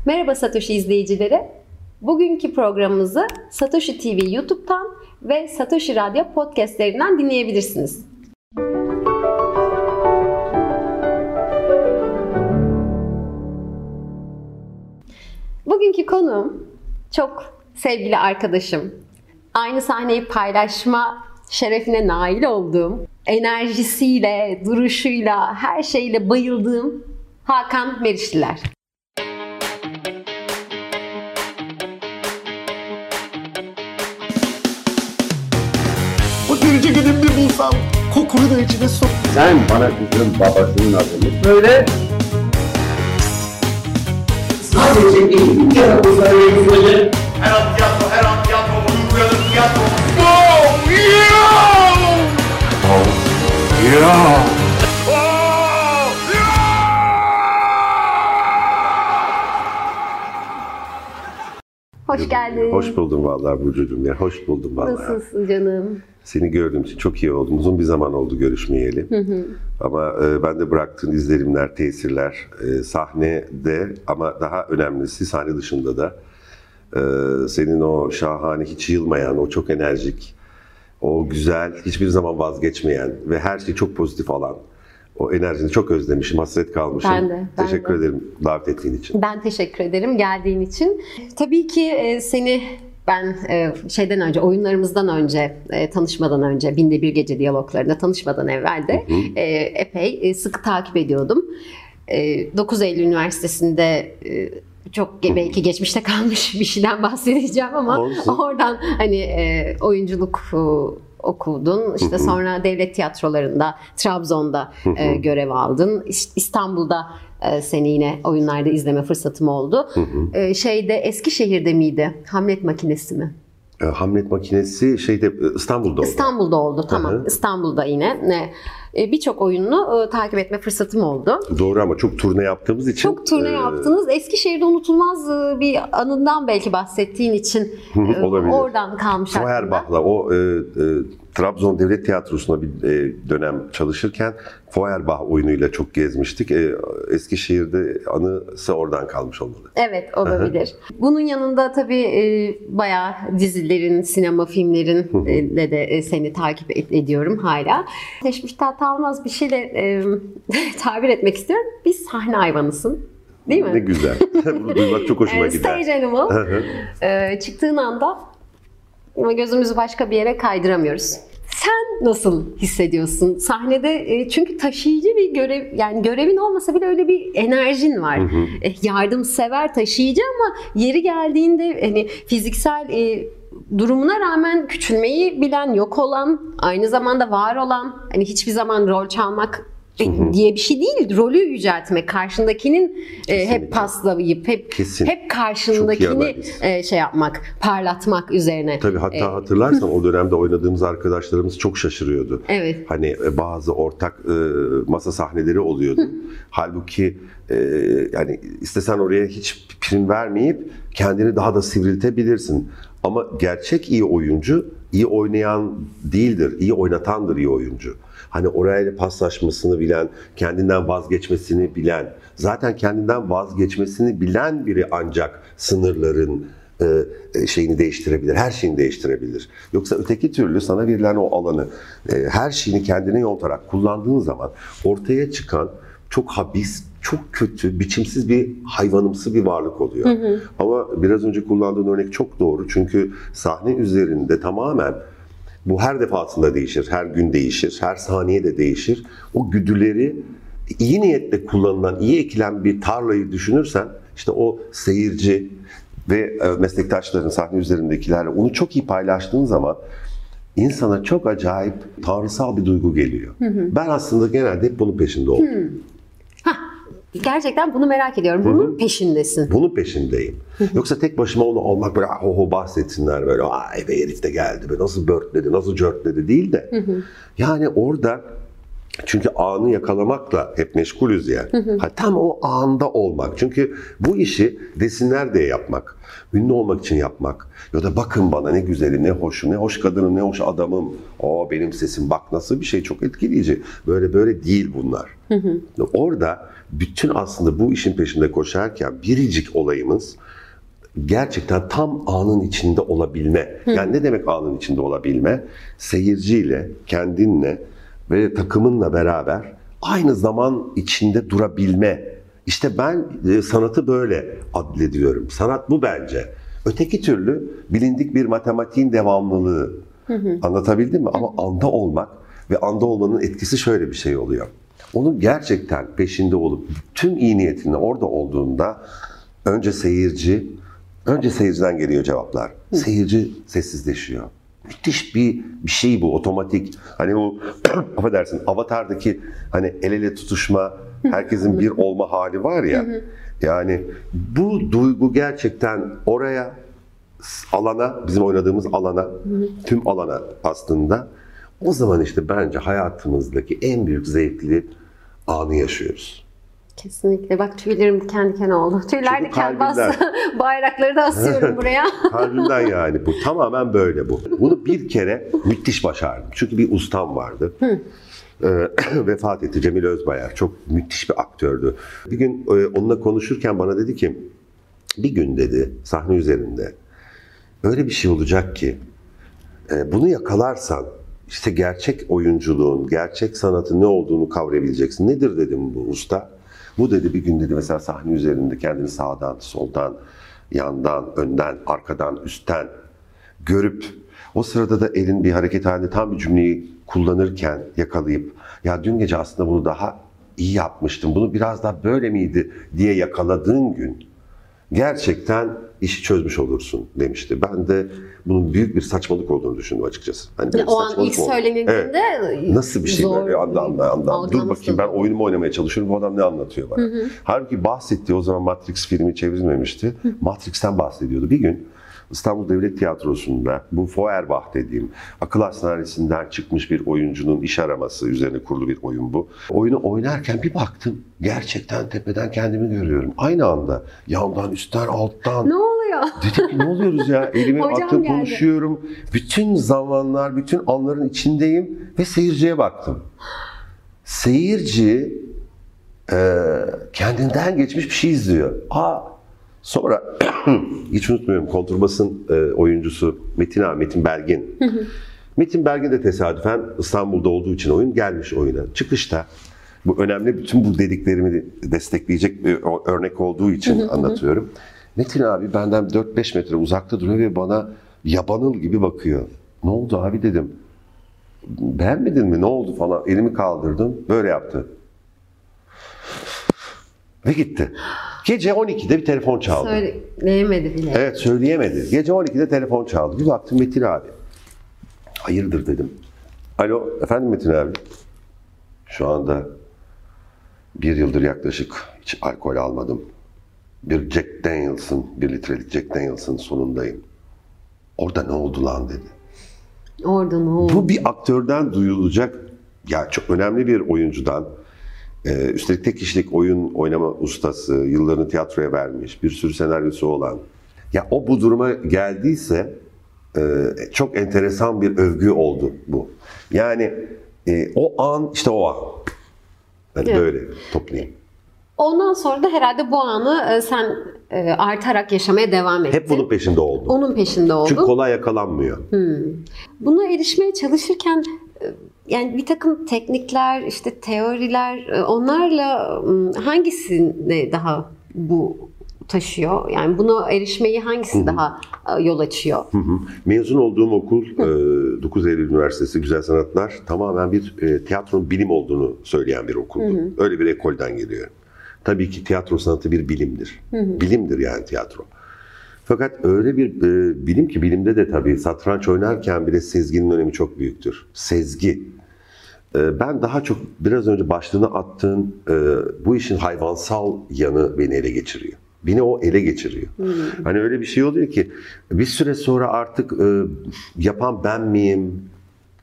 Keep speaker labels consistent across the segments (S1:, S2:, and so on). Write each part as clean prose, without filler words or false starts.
S1: Merhaba Satoshi izleyicileri. Bugünkü programımızı Satoshi TV YouTube'dan ve Satoshi Radyo podcastlerinden dinleyebilirsiniz. Bugünkü konuğum çok sevgili arkadaşım. Aynı sahneyi paylaşma şerefine nail olduğum, enerjisiyle, duruşuyla, her şeyle bayıldığım Hakan Merişliler.
S2: Bu gülücü gülümlü bir insan kokunu da içine sok.
S3: Sen bana kızın babasının adını söyle. Sadece bir kere bunları yapılacak.
S4: Her an tiyatro, her an tiyatro, uygulanır tiyatro.
S2: Oh yeah!
S3: Oh, ya.
S1: Hoş geldin.
S2: Hoş buldum vallahi Burcucuğum ya. Hoş buldum vallahi.
S1: Nasılsın canım?
S2: Seni gördüğüm için çok iyi oldum. Uzun bir zaman oldu görüşmeyeli. Ama ben de bıraktığın izlenimler, tesirler sahnede ama daha önemlisi sahne dışında da senin o şahane, hiç yılmayan, o çok enerjik, o güzel, hiçbir zaman vazgeçmeyen ve her şeyi çok pozitif alan o enerjini çok özlemişim, hasret kalmışım.
S1: Ben de.
S2: Teşekkür ederim davet ettiğin için.
S1: Ben teşekkür ederim geldiğin için. Tabii ki seni ben şeyden önce, oyunlarımızdan önce, tanışmadan önce, Binde Bir Gece diyaloglarında tanışmadan evvel de epey sıkı takip ediyordum. 9 Eylül Üniversitesi'nde çok belki geçmişte kalmış bir şeyden bahsedeceğim ama oradan hani oyunculuk okudun. İşte sonra devlet tiyatrolarında, Trabzon'da görev aldın. İstanbul'da seni yine oyunlarda izleme fırsatım oldu. Eskişehir'de miydi? Hamlet Makinesi mi?
S2: Hamlet Makinesi İstanbul'da oldu.
S1: İstanbul'da oldu, tamam. İstanbul'da yine. Birçok oyununu takip etme fırsatım oldu.
S2: Doğru ama çok turne yaptığımız için.
S1: Çok turne yaptınız. Eskişehir'de unutulmaz bir anından belki bahsettiğin için oradan kalmış aklımda.
S2: Feuerbach'la o Trabzon Devlet Tiyatrosu'na bir dönem çalışırken Feuerbach oyunuyla çok gezmiştik. Eskişehir'de anısı oradan kalmış olmalı.
S1: Evet, olabilir. Bunun yanında tabii bayağı dizilerin, sinema filmlerin de seni takip ediyorum hala. Teşbihte hata olmaz bir şeyle tabir etmek istiyorum. Bir sahne hayvanısın. Değil mi?
S2: Ne güzel. Bunu duymak çok hoşuma gider.
S1: Stage animal. Çıktığın anda gözümüzü başka bir yere kaydıramıyoruz. Sen nasıl hissediyorsun sahnede? Çünkü taşıyıcı bir görev, yani görevin olmasa bile öyle bir enerjin var. Yardımsever, taşıyıcı ama yeri geldiğinde hani fiziksel durumuna rağmen küçülmeyi bilen, yok olan, aynı zamanda var olan, hani hiçbir zaman rol çalmak diye bir şey değil. Rolü yüceltmek, karşındakinin hep paslayıp hep karşındakini yapmak, parlatmak üzerine.
S2: Tabii hatta hatırlarsan o dönemde oynadığımız arkadaşlarımız çok şaşırıyordu.
S1: Evet.
S2: Hani bazı ortak masa sahneleri oluyordu. Halbuki yani istesen oraya hiç prim vermeyip kendini daha da sivriltebilirsin. Ama gerçek iyi oyuncu iyi oynayan değildir, iyi oynatandır iyi oyuncu. Hani orayla paslaşmasını bilen, kendinden vazgeçmesini bilen, zaten kendinden vazgeçmesini bilen biri ancak sınırların şeyini değiştirebilir, her şeyini değiştirebilir. Yoksa öteki türlü sana verilen o alanı, her şeyini kendine yontarak kullandığın zaman ortaya çıkan çok habis, çok kötü, biçimsiz bir hayvanımsı bir varlık oluyor. Ama biraz önce kullandığın örnek çok doğru. Çünkü sahne üzerinde tamamen bu her defasında değişir, her gün değişir, her saniye de değişir. O güdüleri iyi niyetle kullanılan, iyi ekilen bir tarlayı düşünürsen, işte o seyirci ve meslektaşların sahne üzerindekilerle onu çok iyi paylaştığın zaman insana çok acayip tanrısal bir duygu geliyor. Ben aslında genelde hep bunun peşinde oldum.
S1: Gerçekten bunu merak ediyorum. Bunun peşindesin.
S2: Bunun peşindeyim. Yoksa tek başıma onu olmak böyle bahsetsinler böyle. Ay be herif de geldi be nasıl börtledi, nasıl cörtledi değil de. Yani orada Çünkü anı yakalamakla hep meşgulüz ya. Tam o anda olmak. Çünkü bu işi desinler diye yapmak, ünlü olmak için yapmak ya da bakın bana ne güzelim, ne hoşum, ne hoş kadınım, ne hoş adamım. Benim sesim bak nasıl bir şey, çok etkileyici. Böyle değil bunlar. Orada bütün aslında bu işin peşinde koşarken biricik olayımız gerçekten tam anın içinde olabilme. Yani ne demek anın içinde olabilme? Seyirciyle, kendinle ve takımınla beraber aynı zaman içinde durabilme. İşte ben sanatı böyle adlediyorum. Sanat bu bence. Öteki türlü bilindik bir matematiğin devamlılığı. Anlatabildim mi? Ama anda olmak ve anda olmanın etkisi şöyle bir şey oluyor. Onun gerçekten peşinde olup tüm iyi niyetinle orada olduğunda önce seyirciden geliyor cevaplar. Seyirci sessizleşiyor. Müthiş bir şey bu, otomatik. Hani o affedersin Avatar'daki hani el ele tutuşma, herkesin bir olma hali var ya. Yani bu duygu gerçekten oraya, alana, bizim oynadığımız alana, tüm alana aslında. O zaman işte bence hayatımızdaki en büyük zevkli anı yaşıyoruz.
S1: Kesinlikle. Bak tüylerim diken diken oldu. Tüyler diken bastı. Bayrakları da asıyorum buraya.
S2: Kalbimden yani bu. Tamamen böyle bu. Bunu bir kere müthiş başardım. Çünkü bir ustam vardı. Vefat etti Cemil Özbayar. Çok müthiş bir aktördü. Bir gün onunla konuşurken bana dedi ki bir gün dedi sahne üzerinde öyle bir şey olacak ki bunu yakalarsan işte gerçek oyunculuğun, gerçek sanatın ne olduğunu kavrayabileceksin. Nedir dedim bu usta? Bu dedi bir gün dedi mesela sahne üzerinde kendini sağdan, soldan, yandan, önden, arkadan, üstten görüp o sırada da elin bir hareket halinde tam bir cümleyi kullanırken yakalayıp ya dün gece aslında bunu daha iyi yapmıştım, bunu biraz daha böyle miydi diye yakaladığın gün gerçekten işi çözmüş olursun demişti. Ben de bunun büyük bir saçmalık olduğunu düşündüm açıkçası. Hani
S1: o an ilk söylenildiğinde
S2: nasıl bir şey böyle anda. Dur bakayım ben oyunumu oynamaya çalışıyorum. Bu adam ne anlatıyor bana? Halbuki bahsettiği o zaman Matrix filmi çevrilmemişti. Matrix'ten bahsediyordu. Bir gün İstanbul Devlet Tiyatrosu'nda bu Feuerbach dediğim akıl hastanesinden çıkmış bir oyuncunun iş araması üzerine kurulu bir oyun bu. Oyunu oynarken bir baktım gerçekten tepeden kendimi görüyorum. Aynı anda yandan, üstten, alttan.
S1: Ne oluyor?
S2: Dedim ki ne oluyoruz ya? Elimi
S1: Hocam
S2: attım
S1: geldi.
S2: konuşuyorum. Bütün zamanlar, bütün anların içindeyim ve seyirciye baktım. Seyirci kendinden geçmiş bir şey izliyor. Sonra hiç unutmuyorum kontrbasın oyuncusu Metin Belgin. Metin Belgin de tesadüfen İstanbul'da olduğu için oyun gelmiş oyuna. Çıkışta bu önemli bütün bu dediklerimi destekleyecek bir örnek olduğu için anlatıyorum. Metin abi benden 4-5 metre uzakta duruyor ve bana yabanıl gibi bakıyor. Ne oldu abi dedim. Beğenmedin mi ne oldu falan elimi kaldırdım böyle yaptı. Ve gitti. Gece 12'de bir telefon çaldı.
S1: Söyleyemedi bile.
S2: Evet söyleyemedi. Gece 12'de telefon çaldı. Bir baktım Metin abi. Hayırdır dedim. Alo efendim Metin abi. Şu anda 1 yıldır yaklaşık hiç alkol almadım. Bir Jack Daniels'ın, 1 litrelik Jack Daniels'ın sonundayım. Orada ne oldu lan dedi.
S1: Orada ne oldu?
S2: Bu bir aktörden duyulacak, ya çok önemli bir oyuncudan, üstelik tek kişilik oyun oynama ustası, yıllarını tiyatroya vermiş, bir sürü senaryosu olan. Ya o bu duruma geldiyse çok enteresan bir övgü oldu bu. Yani o an işte o an. Yani evet. Böyle toplayayım.
S1: Ondan sonra da herhalde bu anı sen artarak yaşamaya devam ettin.
S2: Hep bunun peşinde oldum.
S1: Onun peşinde oldun.
S2: Çünkü kolay yakalanmıyor.
S1: Buna erişmeye çalışırken yani bir takım teknikler, işte teoriler, onlarla hangisine daha bu taşıyor? Yani buna erişmeyi hangisi daha yol açıyor?
S2: Mezun olduğum okul 9 Eylül Üniversitesi Güzel Sanatlar tamamen bir tiyatronun bilim olduğunu söyleyen bir okuldu. Öyle bir ekolden geliyorum. Tabii ki tiyatro sanatı bir bilimdir. Bilimdir yani tiyatro. Fakat öyle bir bilim ki bilimde de tabii satranç oynarken bile sezginin önemi çok büyüktür. Sezgi. Ben daha çok biraz önce başlığına attığın bu işin hayvansal yanı beni ele geçiriyor. Beni o ele geçiriyor. Hani öyle bir şey oluyor ki bir süre sonra artık yapan ben miyim?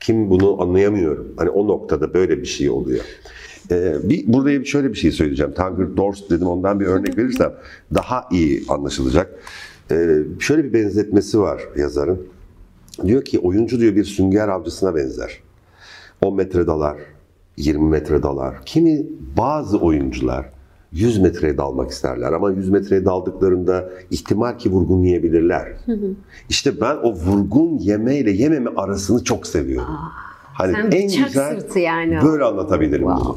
S2: Kim bunu anlayamıyorum. Hani o noktada böyle bir şey oluyor. Burada şöyle bir şey söyleyeceğim. Tanger Dorst dedim, ondan bir örnek verirsem daha iyi anlaşılacak. Şöyle bir benzetmesi var yazarın. Diyor ki oyuncu diyor bir sünger avcısına benzer. 10 metre dalar, 20 metre dalar. Bazı oyuncular 100 metreye dalmak isterler ama 100 metreye daldıklarında ihtimal ki vurgun yiyebilirler. İşte ben o vurgun yemeyle yememe arasını çok seviyorum. Hani
S1: Sen
S2: en
S1: bıçak
S2: güzel
S1: sırtı yani.
S2: böyle anlatabilirim bunu.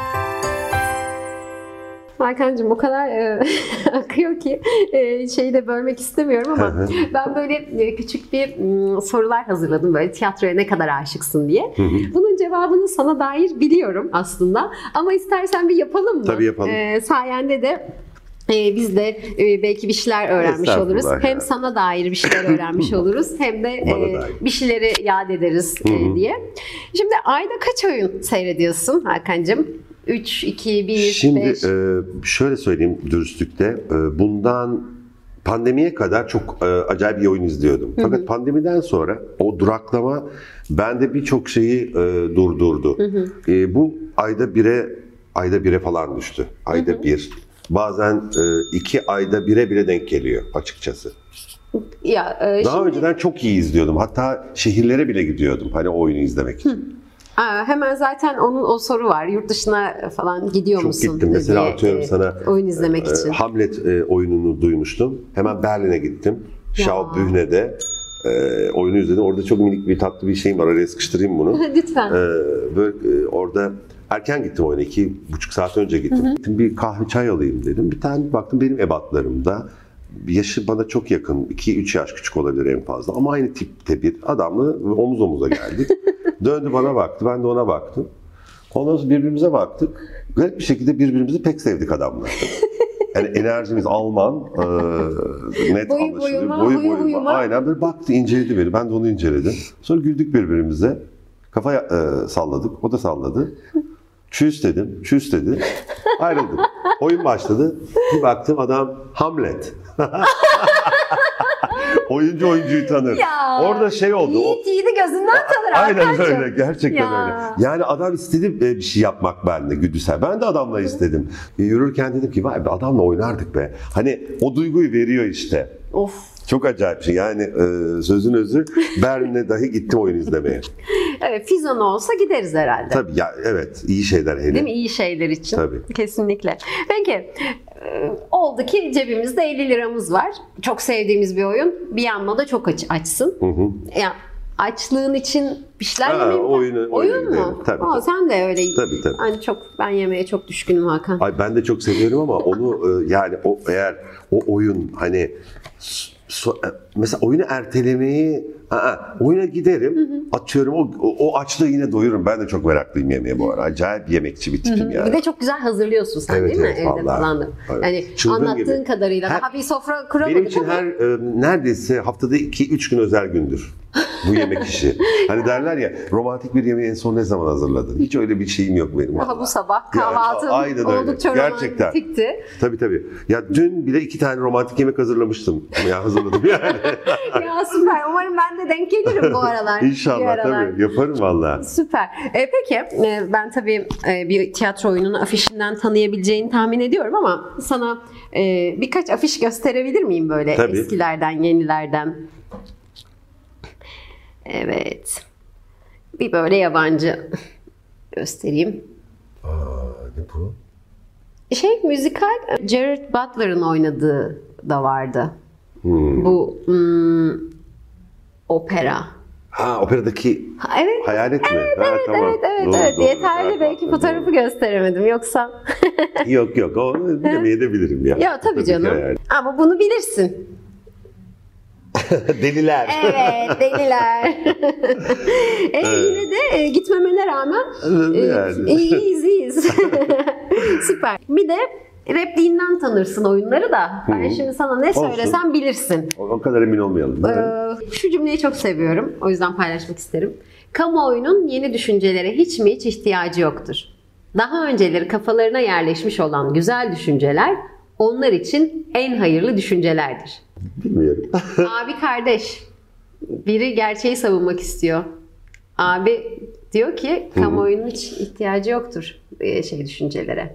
S1: Hakan'cığım o kadar akıyor ki şeyi de bölmek istemiyorum ama ben böyle küçük bir sorular hazırladım böyle tiyatroya ne kadar aşıksın diye. Bunun cevabını sana dair biliyorum aslında ama istersen bir yapalım mı?
S2: Tabii yapalım.
S1: Sayende de biz de belki bir şeyler öğrenmiş oluruz.
S2: Ya.
S1: Hem sana dair bir şeyler öğrenmiş oluruz hem de bir şeyleri yad ederiz diye. Şimdi ayda kaç oyun seyrediyorsun Hakan'cığım? 3, 2, 1,
S2: Şimdi
S1: 5.
S2: şöyle söyleyeyim dürüstlükte. Bundan pandemiye kadar çok acayip bir oyun izliyordum. Fakat pandemiden sonra o duraklama bende birçok şeyi durdurdu. Bu ayda bire falan düştü. Ayda bir. Bazen 2 ayda bire denk geliyor açıkçası.
S1: Ya,
S2: Daha önceden çok iyi izliyordum. Hatta şehirlere bile gidiyordum hani o oyunu izlemek için.
S1: Hemen zaten onun o soru var. Yurt dışına falan gidiyor musun?
S2: Çok gittim. Mesela atıyorum sana
S1: oyun izlemek için.
S2: Hamlet oyununu duymuştum. Hemen Berlin'e gittim. Schaubühne'de oyunu izledim. Orada çok minik bir tatlı bir şeyim var. Araya sıkıştırayım bunu.
S1: Lütfen.
S2: Böyle orada erken gittim oyuna. 2,5 saat önce gittim. Bir kahve çay alayım dedim. Bir tane baktım benim ebatlarımda. Yaşı bana çok yakın. 2-3 yaş küçük olabilir en fazla. Ama aynı tipte bir adamla omuz omuza geldik. Döndü bana baktı. Ben de ona baktım. Ondan sonra birbirimize baktık. Garip bir şekilde birbirimizi pek sevdik adamla. Yani enerjimiz Alman. Net
S1: Boyu
S2: anlaşılıyor.
S1: boyuma, huyu huyuma.
S2: Aynen böyle baktı, inceledi beni. Ben de onu inceledim. Sonra güldük birbirimize. Kafa salladık. O da salladı. Çüss dedim. Çüss dedi. Ayrıldık. Oyun başladı. Bir baktım adam Hamlet. Oyuncu oyuncuyu tanır.
S1: Ya,
S2: orada şey oldu.
S1: Yiğidi gözünden tanır.
S2: Aynen
S1: Hakan'cığım.
S2: öyle. Gerçekten öyle. Yani adam istedi bir şey yapmak bende güdüsel. Ben de adamla istedim. Yürürken dedim ki vay be adamla oynardık be. Hani o duyguyu veriyor işte.
S1: Of.
S2: Çok acayip bir şey. Yani sözün özü Berlin'e dahi gittim oyun izlemeye.
S1: Evet, Fizan olsa gideriz herhalde.
S2: Tabii ya evet iyi şeyler hele.
S1: Değil mi? İyi şeyler için.
S2: Tabii.
S1: Kesinlikle. Peki oldu ki cebimizde 50 liramız var. Çok sevdiğimiz bir oyun. Bir yanma da çok açsın. Yani açlığın için bir şeyler yemeyeyim. Oyun mu?
S2: Tabii.
S1: Sen de öyle.
S2: Tabii.
S1: Hani ben yemeğe çok düşkünüm Hakan.
S2: Ay ben de çok seviyorum ama onu yani eğer o oyun hani mesela oyunu ertelemeyi oyuna giderim atıyorum o açlığı yine doyururum. Ben de çok meraklıyım yemeğe bu ara. Acayip yemekçi bir tipim yani.
S1: Bir de çok güzel hazırlıyorsun sen değil mi? Evde
S2: vallahi.
S1: falan da.
S2: Evet.
S1: Yani
S2: Çılgın
S1: anlattığın
S2: gibi.
S1: kadarıyla daha bir sofra kuramadık
S2: benim için
S1: ama.
S2: neredeyse haftada 2-3 gün özel gündür. Bu yemek işi. Hani derler ya romantik bir yemeği en son ne zaman hazırladın? Hiç öyle bir şeyim yok benim.
S1: Daha bu sabah kahvaltım oldukça romantikti.
S2: Tabii. Ya dün bile 2 tane romantik yemek hazırlamıştım. Ya hazırladım yani.
S1: Ya süper. Umarım ben de denk gelirim bu aralar.
S2: İnşallah tabii. Yaparım valla.
S1: Süper. Peki ben tabii bir tiyatro oyununun afişinden tanıyabileceğini tahmin ediyorum ama sana birkaç afiş gösterebilir miyim böyle
S2: tabii.
S1: Eskilerden, yenilerden? Evet. Bir böyle yabancı göstereyim.
S2: Ne bu?
S1: Müzikal Gerard Butler'ın oynadığı da vardı. Bu opera.
S2: Operadaki
S1: Evet.
S2: hayalet mi?
S1: Evet.
S2: Doğru.
S1: Yeterli belki fotoğrafı gösteremedim yoksa.
S2: Yok o bilemeyebilirim ya.
S1: Ya tabii canım.
S2: Yani.
S1: Ama bunu bilirsin.
S2: Deliler.
S1: Evet, deliler. Yine de gitmemene rağmen iyiyiz. Süper. Bir de repliğinden tanırsın oyunları da. Ben şimdi sana ne söylesem bilirsin.
S2: O kadar emin olmayalım.
S1: Şu cümleyi çok seviyorum. O yüzden paylaşmak isterim. Kamuoyunun yeni düşüncelere hiç ihtiyacı yoktur. Daha önceleri kafalarına yerleşmiş olan güzel düşünceler onlar için en hayırlı düşüncelerdir.
S2: Bilmiyorum.
S1: Abi kardeş. Biri gerçeği savunmak istiyor. Abi diyor ki kamuoyunun hiç ihtiyacı yoktur düşüncelere.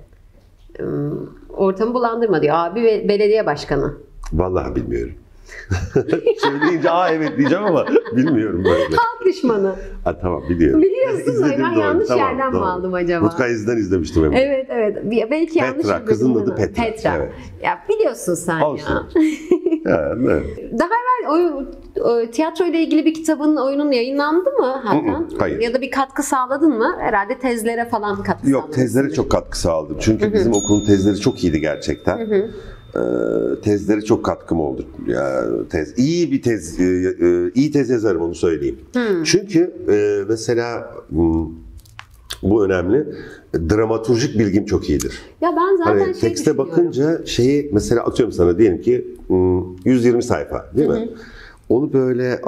S1: Ortamı bulandırma diyor. Abi ve belediye başkanı.
S2: Vallahi bilmiyorum. Söyleyince evet diyeceğim ama bilmiyorum böyle.
S1: Halk düşmanı.
S2: Ha, tamam biliyorum.
S1: Biliyorsun da ben
S2: doğru.
S1: yanlış
S2: Tamam,
S1: yerden
S2: doğru.
S1: mi aldım acaba?
S2: Rutkayız'dan izlemiştim hemen.
S1: Evet. Belki yanlış
S2: Petra,
S1: bir
S2: kızın
S1: bölümden
S2: adı Petra.
S1: Petra.
S2: Evet.
S1: Ya biliyorsun sen
S2: Olsun.
S1: ya.
S2: Evet.
S1: Daha evvel tiyatro ile ilgili bir kitabın, oyunun yayınlandı mı Hakan?
S2: Hayır.
S1: Ya da bir katkı sağladın mı? Herhalde tezlere falan katkı
S2: Yok,
S1: sağladın.
S2: tezlere çok katkı sağladım. Çünkü bizim okulun tezleri çok iyiydi gerçekten. Tezlere çok katkım oldu. Ya, iyi bir tez, iyi tez yazarım, onu söyleyeyim. Çünkü mesela bu önemli. Dramaturjik bilgim çok iyidir.
S1: Ya ben zaten
S2: Hani tekste bakınca mesela atıyorum sana, diyelim ki 120 sayfa değil mi? Onu böyle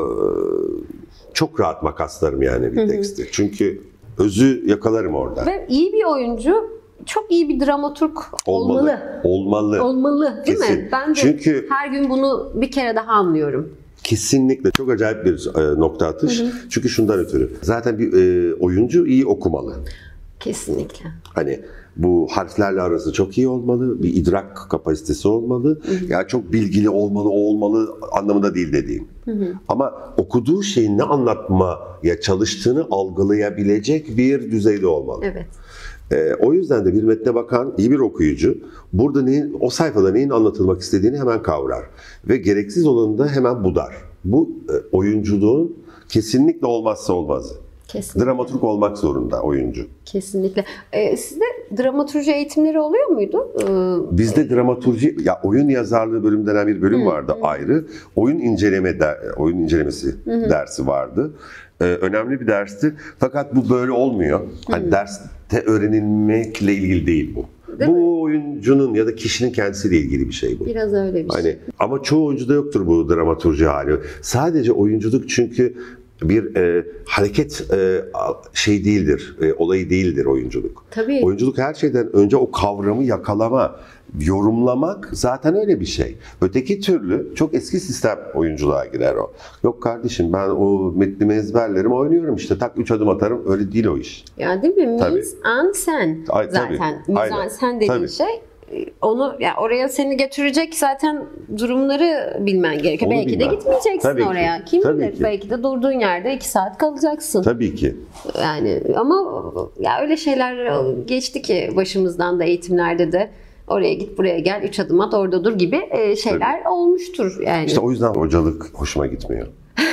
S2: çok rahat makaslarım yani bir teksti. Çünkü özü yakalarım orada.
S1: Ve iyi bir oyuncu çok iyi bir dramaturg olmalı. Olmalı değil
S2: Kesin.
S1: mi? Ben de
S2: Çünkü
S1: her gün bunu bir kere daha anlıyorum.
S2: kesinlikle çok acayip bir nokta atış. Çünkü şundan ötürü. Zaten bir oyuncu iyi okumalı.
S1: Kesinlikle.
S2: Hani bu harflerle arası çok iyi olmalı, bir idrak kapasitesi olmalı. Ya çok bilgili olmalı anlamında değil dediğim. Ama okuduğu şeyin ne anlatmaya çalıştığını algılayabilecek bir düzeyde olmalı.
S1: Evet.
S2: O yüzden de bir metne bakan iyi bir okuyucu burada o sayfada neyin anlatılmak istediğini hemen kavrar ve gereksiz olanı da hemen budar. Bu oyunculuğun kesinlikle olmazsa olmazı.
S1: Kesinlikle.
S2: Dramaturg olmak zorunda oyuncu.
S1: Kesinlikle. Sizde dramaturji eğitimleri oluyor muydu?
S2: Bizde dramaturji, ya oyun yazarlığı bölüm denen bir bölüm vardı ayrı. Oyun incelemesi dersi vardı. Önemli bir dersti. Fakat bu böyle olmuyor. Hani derste öğrenilmekle ilgili değil bu. Bu oyuncunun ya da kişinin kendisiyle ilgili bir şey bu.
S1: Biraz öyle bir şey.
S2: Hani ama çoğu oyuncuda yoktur bu dramaturji hali. Sadece oyunculuk çünkü bir hareket değildir, olayı değildir oyunculuk.
S1: Tabii.
S2: Oyunculuk her şeyden önce o kavramı yakalama, yorumlamak zaten öyle bir şey. Öteki türlü çok eski sistem oyunculuğa girer o. Yok kardeşim, ben o metnimi ezberlerim, oynuyorum işte, tak 3 adım atarım, öyle değil o iş.
S1: Ya değil mi?
S2: Tabii.
S1: Mise en scène zaten. Mise en scène dediğin
S2: Tabii.
S1: şey. Onu oraya seni götürecek zaten durumları bilmen gerekiyor.
S2: Onu
S1: belki
S2: bilmem.
S1: de gitmeyeceksin
S2: Tabii ki.
S1: oraya. Kim
S2: Tabii
S1: bilir?
S2: ki.
S1: Belki de durduğun yerde 2 saat kalacaksın.
S2: Tabii ki.
S1: Yani ama ya öyle şeyler geçti ki başımızdan da, eğitimlerde de. Oraya git, buraya gel, 3 adım at, orada dur gibi şeyler olmuştur yani.
S2: İşte o yüzden hocalık hoşuma gitmiyor.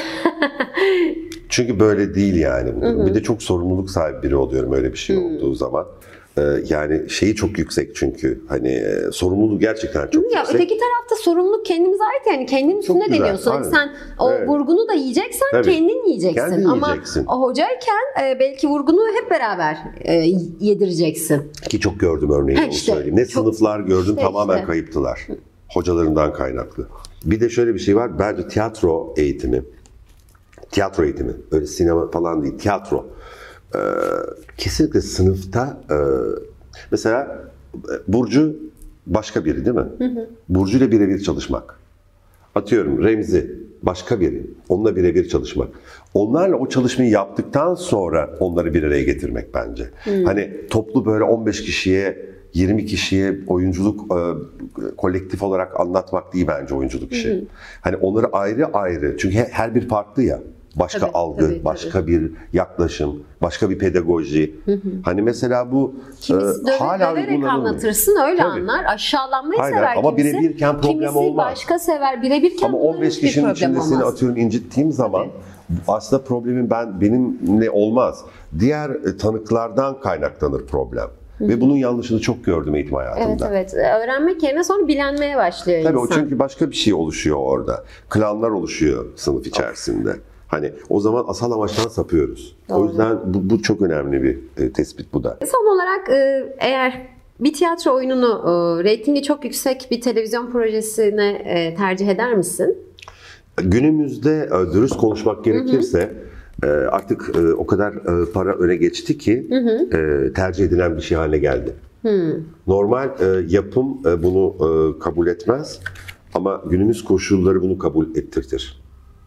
S2: Çünkü böyle değil yani. Bir de çok sorumluluk sahibi biri oluyorum öyle bir şey olduğu zaman. Yani şeyi çok yüksek çünkü hani sorumluluğu gerçekten çok
S1: ya
S2: yüksek.
S1: öteki tarafta sorumluluk kendimize ait, yani kendin üstüne
S2: güzel,
S1: deniyorsun.
S2: aynen.
S1: Sen o
S2: Evet.
S1: vurgunu da yiyeceksen
S2: Tabii.
S1: kendin yiyeceksin.
S2: Kendin
S1: Ama
S2: yiyeceksin.
S1: o hocayken belki vurgunu hep beraber yedireceksin.
S2: Ki çok gördüm örneğin,
S1: Ha
S2: onu
S1: işte,
S2: söyleyeyim. Ne
S1: çok-
S2: sınıflar gördüm,
S1: işte,
S2: tamamen
S1: işte.
S2: kayıptılar. Hocalarından kaynaklı. Bir de şöyle bir şey var. Bence tiyatro eğitimi, öyle sinema falan değil, tiyatro. Kesinlikle sınıfta mesela Burcu başka biri değil mi? Burcu ile birebir çalışmak. Atıyorum Remzi başka biri. Onunla birebir çalışmak. Onlarla o çalışmayı yaptıktan sonra onları bir araya getirmek bence. Hani toplu böyle 15 kişiye, 20 kişiye oyunculuk kolektif olarak anlatmak değil bence oyunculuk işi. Hani onları ayrı ayrı. Çünkü her bir farklı ya. Başka
S1: Tabii,
S2: algı,
S1: tabii.
S2: başka bir yaklaşım, başka bir pedagoji. Hani mesela bu
S1: Kimisi
S2: hala
S1: döverek
S2: uygulanamıyor.
S1: anlatırsın, öyle
S2: Tabii.
S1: anlar. Aşağılanmayı
S2: Aynen,
S1: sever
S2: ama
S1: kimisi.
S2: birebirken problem
S1: kimisi
S2: olmaz.
S1: başka sever, birebirken
S2: Ama
S1: bunların
S2: 15
S1: hiçbir
S2: kişinin
S1: problem
S2: içinde seni
S1: olmaz.
S2: atıyorum incittiğim zaman aslında problemin benimle olmaz. Diğer tanıklardan kaynaklanır problem. Ve bunun yanlışını çok gördüm eğitim hayatımda.
S1: Evet. Öğrenmek yerine sonra bilenmeye başlıyor
S2: Tabii
S1: insan.
S2: o çünkü başka bir şey oluşuyor orada. Klanlar oluşuyor sınıf içerisinde. Hani o zaman asal amaçtan sapıyoruz.
S1: Doğru.
S2: O yüzden bu çok önemli bir tespit bu da.
S1: Son olarak eğer bir tiyatro oyununu reytingi çok yüksek bir televizyon projesine tercih eder misin?
S2: Günümüzde dürüst konuşmak gerekirse artık o kadar para öne geçti ki tercih edilen bir şey haline geldi. Normal yapım bunu kabul etmez ama günümüz koşulları bunu kabul ettirtir.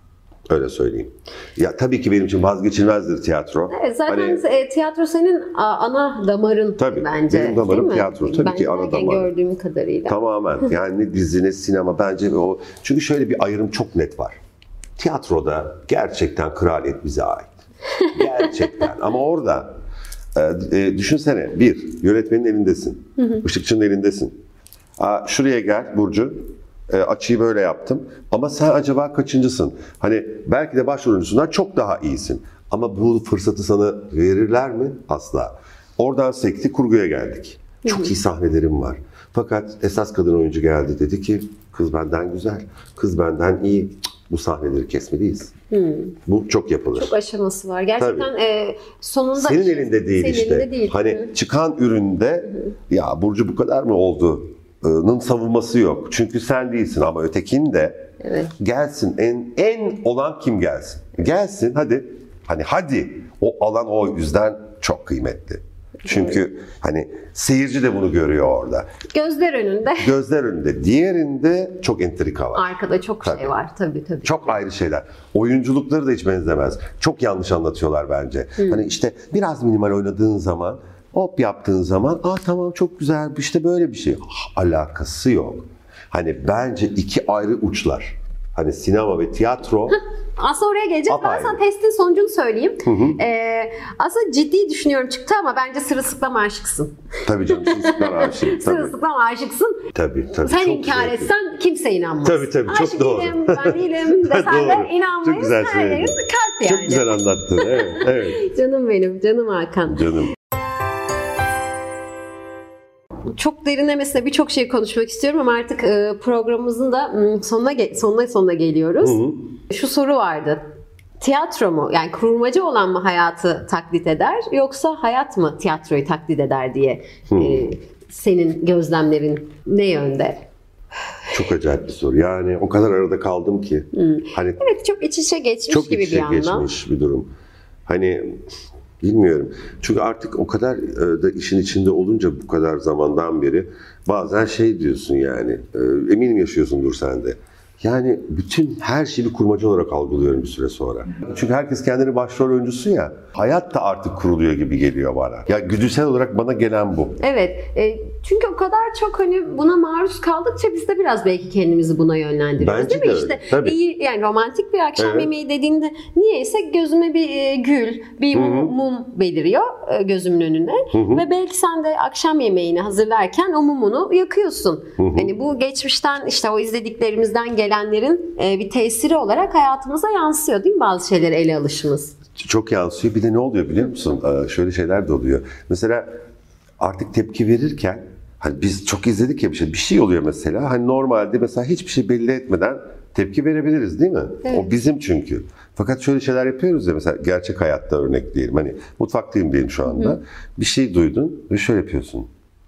S2: Öyle söyleyeyim. Ya tabii ki benim için vazgeçilmezdir tiyatro.
S1: Evet, zaten tiyatro senin ana damarın
S2: Tabii,
S1: bence.
S2: benim damarım
S1: değil mi?
S2: tiyatro. Tabii
S1: ben
S2: ki ana
S1: derken
S2: damarım.
S1: gördüğüm kadarıyla.
S2: Tamamen. Yani ne dizi ne sinema bence o. Çünkü şöyle bir ayrım çok net var. Tiyatroda gerçekten kraliyet bize ait. Gerçekten. Ama orada düşünsene, bir, yönetmenin elindesin. Işıkçının elindesin. Şuraya gel Burcu. Açıyı böyle yaptım. Ama sen acaba kaçıncısın? Hani belki de başrol oyuncusundan çok daha iyisin. Ama bu fırsatı sana verirler mi? Asla. Oradan sekti, kurguya geldik. Çok iyi sahnelerim var. Fakat esas kadın oyuncu geldi, dedi ki kız benden güzel, kız benden iyi. Bu sahneleri kesmeliyiz. Bu çok yapılır.
S1: Çok aşaması var. Gerçekten sonunda...
S2: Senin elinde değil
S1: senin
S2: işte.
S1: elinde değil.
S2: Hani çıkan üründe ya Burcu bu kadar mı olduğunun savunması yok. Çünkü sen değilsin ama ötekinin de gelsin. En olan kim gelsin? Gelsin hadi. Hani hadi. O alan o yüzden çok kıymetli. Çünkü hani seyirci de bunu görüyor orada.
S1: Gözler önünde.
S2: Gözler önünde. Diğerinde çok entrika var.
S1: Arkada çok şey var. Tabii.
S2: Çok ayrı şeyler. Oyunculukları da hiç benzemez. Çok yanlış anlatıyorlar bence. Hani işte biraz minimal oynadığın zaman, hop yaptığın zaman, tamam çok güzel, işte böyle bir şey. Alakası yok. Hani bence iki ayrı uçlar. Hani sinema ve tiyatro.
S1: Aslında oraya geleceğiz. Ben
S2: Apayrı.
S1: sana testin sonucunu söyleyeyim. Aslında ciddi düşünüyorum çıktı ama bence sırılsıklam aşıksın.
S2: Tabii canım, sırılsıklam aşık.
S1: Sırılsıklam aşıksın.
S2: Tabii.
S1: Sen
S2: çok
S1: inkar
S2: zevkli.
S1: etsen kimse inanmaz.
S2: Tabii, çok
S1: Aşık
S2: doğru.
S1: değilim, ben değilim desen de
S2: Doğru.
S1: inanmayız.
S2: Çok güzel
S1: Her yerin
S2: söyledin.
S1: kalp yani.
S2: Çok güzel anlattın. Evet.
S1: Canım benim, canım Hakan.
S2: Canım.
S1: Çok derinlemesine birçok şey konuşmak istiyorum ama artık programımızın da sonuna geliyoruz. Şu soru vardı. Tiyatro mu, yani kurmacı olan mı hayatı taklit eder yoksa hayat mı tiyatroyu taklit eder diye senin gözlemlerin ne yönde?
S2: Çok acayip bir soru. Yani o kadar arada kaldım ki. Hani
S1: Evet, çok iç içe geçmiş
S2: çok
S1: gibi
S2: iç içe
S1: bir yandan.
S2: geçmiş bir durum. Hani bilmiyorum. Çünkü artık o kadar da işin içinde olunca bu kadar zamandan beri bazen şey diyorsun yani. Eminim yaşıyorsundur sen de. Yani bütün her şeyi bir kurmaca olarak algılıyorum bir süre sonra. Çünkü herkes kendini başrol oyuncusu ya. Hayat da artık kuruluyor gibi geliyor bana. Ya güdüsel olarak bana gelen bu.
S1: Evet. Çünkü o kadar çok hani buna maruz kaldıkça biz de biraz belki kendimizi buna yönlendiriyoruz.
S2: Bence
S1: değil mi?
S2: de öyle.
S1: İşte
S2: Tabii.
S1: iyi, yani romantik bir akşam
S2: Evet.
S1: yemeği dediğinde niyeyse gözüme bir gül, bir mum beliriyor gözümün önüne. Ve belki sen de akşam yemeğini hazırlarken o mumunu yakıyorsun. Hani bu geçmişten, işte o izlediklerimizden gelenlerin bir tesiri olarak hayatımıza yansıyor değil mi bazı şeyleri ele alışımız?
S2: Çok yansıyor. Bir de ne oluyor biliyor musun? Şöyle şeyler de oluyor. Mesela artık tepki verirken hani biz çok izledik ya bir şey oluyor mesela. Hani normalde mesela hiçbir şey belli etmeden tepki verebiliriz değil mi?
S1: Evet.
S2: O bizim çünkü. Fakat şöyle şeyler yapıyoruz ya, mesela gerçek hayatta örnek diyelim. Hani mutfaktayım diyelim şu anda. Bir şey duydun ve şöyle yapıyorsun.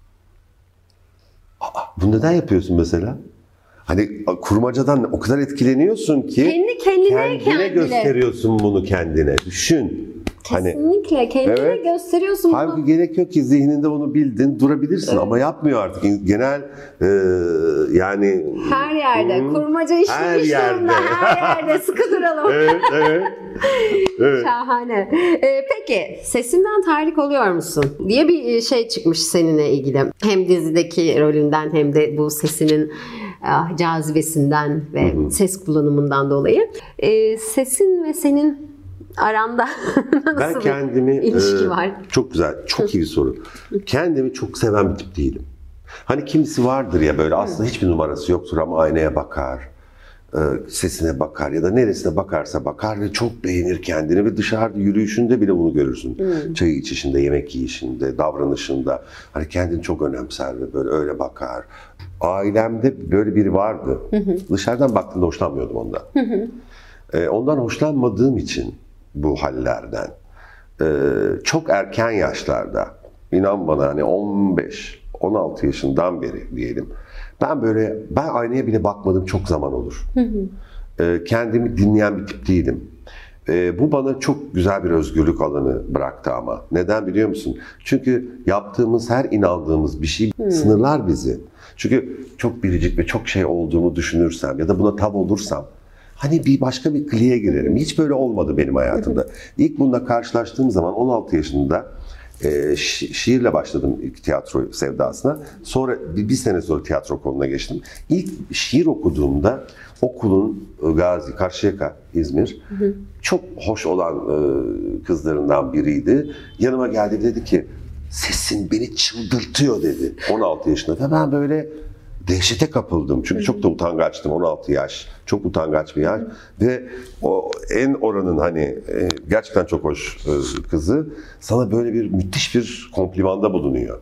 S2: Bunu neden yapıyorsun mesela? Hani kurmacadan o kadar etkileniyorsun ki kendine gösteriyorsun bunu kendine. Düşün.
S1: Kesinlikle. Kendine gösteriyorsun bunu.
S2: Halbuki gerek yok ki, zihninde onu bildin, durabilirsin ama yapmıyor artık. Genel yani...
S1: Her yerde. Kurmaca işlemiş durumda. Her yerde. Sıkı duralım.
S2: Evet.
S1: Şahane. Peki sesimden tahrik oluyor musun diye bir şey çıkmış seninle ilgili. Hem dizideki rolünden hem de bu sesinin cazibesinden ve ses kullanımından dolayı. Sesin ve senin aranda nasıl
S2: Ben kendimi,
S1: bir ilişki var?
S2: Çok güzel, çok iyi bir soru. Kendimi çok seven bir tip değilim. Hani kimisi vardır ya böyle aslında hiçbir numarası yoktur ama aynaya bakar, sesine bakar ya da neresine bakarsa bakar ve çok beğenir kendini ve dışarıda yürüyüşünde bile bunu görürsün. Çay içişinde, yemek yiyişinde, davranışında hani kendini çok önemser ve böyle öyle bakar. Ailemde böyle biri vardı. Dışarıdan baktığımda hoşlanmıyordum ondan. Ondan hoşlanmadığım için bu hallerden çok erken yaşlarda, inan bana hani 15-16 yaşından beri diyelim, ben aynaya bile bakmadım çok zaman olur. Kendimi dinleyen bir tip değilim. Bu bana çok güzel bir özgürlük alanı bıraktı ama. Neden biliyor musun? Çünkü yaptığımız her inandığımız bir şey sınırlar bizi. Çünkü çok biricik ve çok şey olduğumu düşünürsem ya da buna tav olursam hani bir başka bir kliğe girerim. Hiç böyle olmadı benim hayatımda. İlk bununla karşılaştığım zaman 16 yaşında şiirle başladım ilk tiyatro sevdasına. Sonra bir sene sonra tiyatro okuluna geçtim. İlk şiir okuduğumda okulun Gazi, Karşıyaka, İzmir çok hoş olan kızlarından biriydi. Yanıma geldi, dedi ki sesin beni çıldırtıyor dedi. 16 yaşında ve ben böyle dehşete kapıldım. Çünkü çok da utangaçtım. 16 yaş. Çok utangaç bir yaş. Ve o en oranın hani gerçekten çok hoş kızı sana böyle bir müthiş bir komplimanda bulunuyor.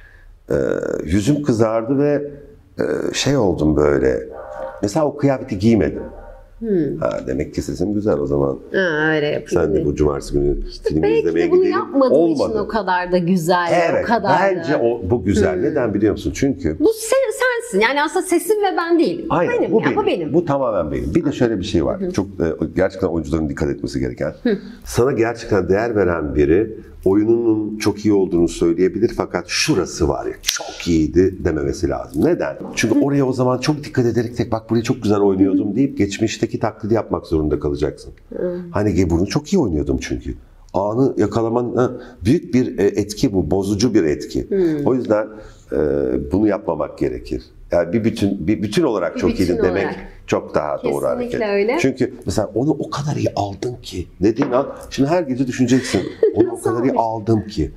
S2: Yüzüm kızardı ve şey oldum böyle. Mesela o kıyafeti giymedim. Ha, demek ki sesim güzel o zaman.
S1: Öyle yapayım.
S2: Sen de bu cumartesi günü film
S1: Belki
S2: izlemeye
S1: de bunu
S2: gidelim.
S1: yapmadığım için o kadar da güzel.
S2: Evet,
S1: o kadar
S2: bence
S1: da.
S2: bu güzel. Neden biliyor musun? Çünkü
S1: Bu sensin. Yani aslında sesin ve ben değilim.
S2: aynen,
S1: Benim
S2: bu
S1: ya,
S2: benim.
S1: bu benim.
S2: Bu tamamen benim. Bir de şöyle bir şey var. Çok gerçekten oyuncuların dikkat etmesi gereken. Sana gerçekten değer veren biri oyununun çok iyi olduğunu söyleyebilir fakat şurası var ya çok iyiydi dememesi lazım. Neden? Çünkü oraya o zaman çok dikkat ederek bak burayı çok güzel oynuyordum deyip geçmişteki taklidi yapmak zorunda kalacaksın. Hani bunu çok iyi oynuyordum çünkü. Anı yakalaman büyük bir etki bu. Bozucu bir etki. O yüzden bunu yapmamak gerekir. Yani bir bütün olarak çok
S1: bütün
S2: iyiydin demek
S1: olarak.
S2: çok daha doğru
S1: Kesinlikle
S2: hareket.
S1: öyle.
S2: Çünkü mesela onu o kadar iyi aldın ki dediğin an şimdi her gece düşüneceksin. Onu o kadar iyi aldım ki.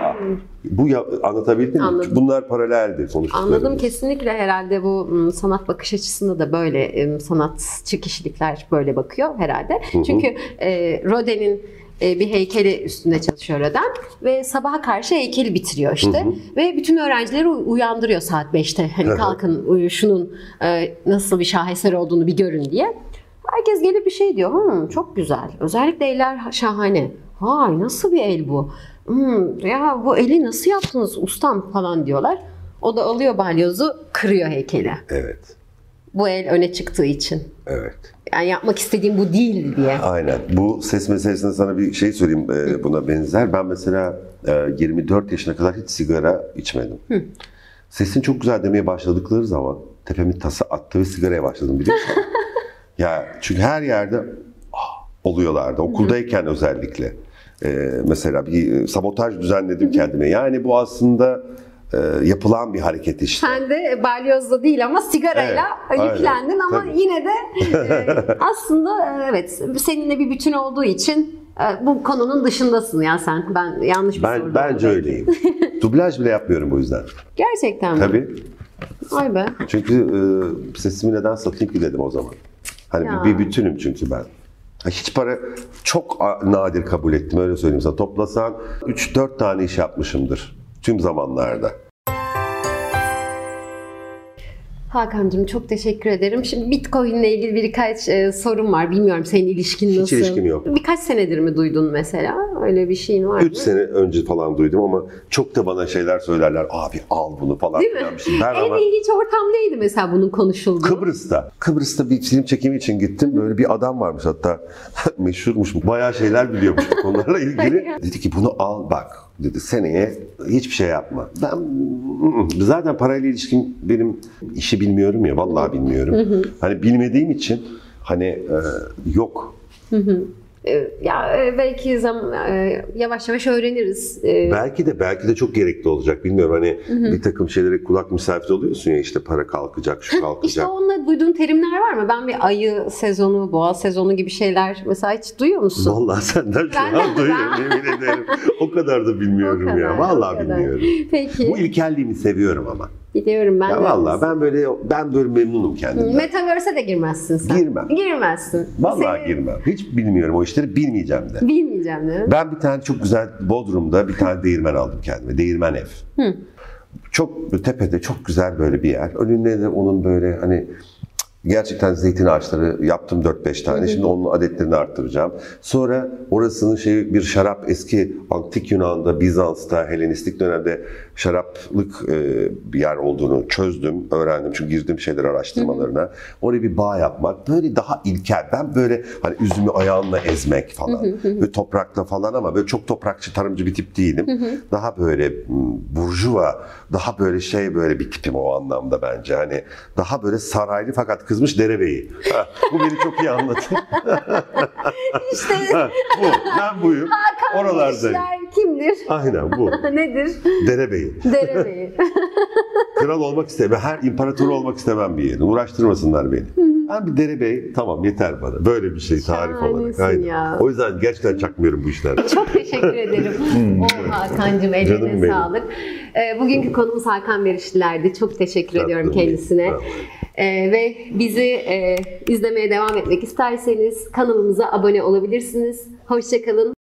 S2: Bu anlatabildim mi?
S1: Anladım.
S2: Bunlar paraleldir konuştuklarımız.
S1: Anladım, kesinlikle herhalde bu sanat bakış açısında da böyle sanatçı kişilikler böyle bakıyor herhalde. Çünkü Rodin'in bir heykeli üstünde çalışıyor Rodin ve sabaha karşı heykeli bitiriyor işte. Ve bütün öğrencileri uyandırıyor saat 5'te. Hani kalkın şunun nasıl bir şaheser olduğunu bir görün diye. Herkes gelip bir şey diyor. Çok güzel. Özellikle eller şahane. Vay, nasıl bir el bu? Ya bu eli nasıl yaptınız ustam falan diyorlar. O da alıyor balyozu, kırıyor heykeli.
S2: Evet.
S1: Bu el öne çıktığı için.
S2: Evet.
S1: Yani yapmak istediğim bu değil diye.
S2: Aynen. Bu ses meselesinde sana bir şey söyleyeyim buna benzer. Ben mesela 24 yaşına kadar hiç sigara içmedim. Sesin çok güzel demeye başladıkları zaman tepemi tasa attı ve sigaraya başladım biliyor musun? Ya çünkü her yerde oluyorlardı. Okuldayken özellikle. Mesela bir sabotaj düzenledim kendime. Yani bu aslında yapılan bir hareket işte.
S1: Sen de balyozla değil ama sigarayla yüklendin ama
S2: tabii.
S1: yine de aslında evet seninle bir bütün olduğu için bu konunun dışındasın ya sen. Ben yanlış bir soru.
S2: Bence öyleyim. Dublaj bile yapmıyorum bu yüzden.
S1: Gerçekten mi?
S2: Tabii.
S1: Ay be.
S2: Çünkü sesimi neden satayım ki dedim o zaman. Hani
S1: Ya.
S2: bir bütünüm çünkü ben. Hiç para çok nadir kabul ettim öyle söyleyeyim sana. Toplasan 3-4 tane iş yapmışımdır tüm zamanlarda.
S1: Hakan'cığım çok teşekkür ederim. Şimdi Bitcoin ile ilgili birkaç sorum var. Bilmiyorum senin ilişkin nasıl?
S2: Hiç ilişkim yok.
S1: Birkaç senedir mi duydun mesela? Öyle bir şeyin var mı?
S2: 3 sene önce falan duydum ama çok da bana şeyler söylerler. Abi al bunu falan
S1: Değil mi?
S2: filan bir şey. Ben
S1: En
S2: ama
S1: ilginç ortam neydi mesela bunun konuşulduğu?
S2: Kıbrıs'ta bir film çekimi için gittim. Böyle bir adam varmış hatta meşhurmuş. Bayağı şeyler biliyormuş bu konularla ilgili. Dedi ki bunu al bak dedi seneye hiçbir şey yapma. Ben zaten parayla ilişkim benim işi bilmiyorum ya vallahi bilmiyorum. Hani bilmediğim için hani yok.
S1: Ya belki yavaş yavaş öğreniriz.
S2: Belki de çok gerekli olacak bilmiyorum hani bir takım şeylere kulak misafir oluyorsun ya işte para kalkacak şu kalkacak.
S1: İşte onunla duyduğun terimler var mı? Ben bir ayı sezonu, boğa sezonu gibi şeyler mesela hiç duyuyor musun?
S2: Vallahi senden şu an duyuyorum yemin ederim. O kadar da bilmiyorum
S1: O kadar,
S2: ya. Vallahi
S1: o kadar.
S2: bilmiyorum.
S1: Peki.
S2: Bu ilkelliğimi seviyorum ama.
S1: Biliyorum ben
S2: Ya
S1: de.
S2: vallahi ben böyle memnunum kendimden.
S1: Metaverse'e de girmezsin sen.
S2: Girmem.
S1: Girmezsin.
S2: Vallahi girmem. Hiç bilmiyorum o işleri bilmeyeceğim de.
S1: Bilmeyeceğim de.
S2: Ben bir tane çok güzel Bodrum'da bir tane değirmen aldım kendime. Değirmen ev. Çok tepede çok güzel böyle bir yer. Önünde de onun böyle hani gerçekten zeytin ağaçları yaptım 4-5 tane. Şimdi onun adetlerini arttıracağım. Sonra orasının bir şarap eski antik Yunan'da, Bizans'ta, Helenistik dönemde şaraplık bir yer olduğunu çözdüm, öğrendim. Çünkü girdim şeyler araştırmalarına. Oraya bir bağ yapmak. Böyle daha ilkel. Ben böyle hani üzümü ayağımla ezmek falan. Böyle toprakla falan ama böyle çok toprakçı, tarımcı bir tip değilim. Daha böyle burjuva, daha böyle böyle bir tipim o anlamda bence. Hani daha böyle saraylı fakat kızmış derebeyi. Bu beni çok iyi anlatır.
S1: İşte
S2: Bu. Ben buyum.
S1: Hakan
S2: Oralardayım.
S1: Beşler kimdir?
S2: Aynen bu.
S1: Nedir?
S2: Derebeyi.
S1: Derebeyi.
S2: Kral olmak istemem. Her imparator olmak istemem bir yerin. Uğraştırmasınlar beni. Ben bir derebey, tamam yeter bana. Böyle bir şey tarif olarak.
S1: Şahanesin ya.
S2: O yüzden gerçekten çakmıyorum bu işler.
S1: Çok teşekkür ederim. Hakan'cığım
S2: Canım
S1: eline
S2: benim.
S1: sağlık. Bugünkü konumuz Hakan Meriçliler'di. Çok teşekkür ediyorum
S2: Tatlım
S1: kendisine.
S2: benim.
S1: Ve bizi izlemeye devam etmek isterseniz kanalımıza abone olabilirsiniz. Hoşça kalın.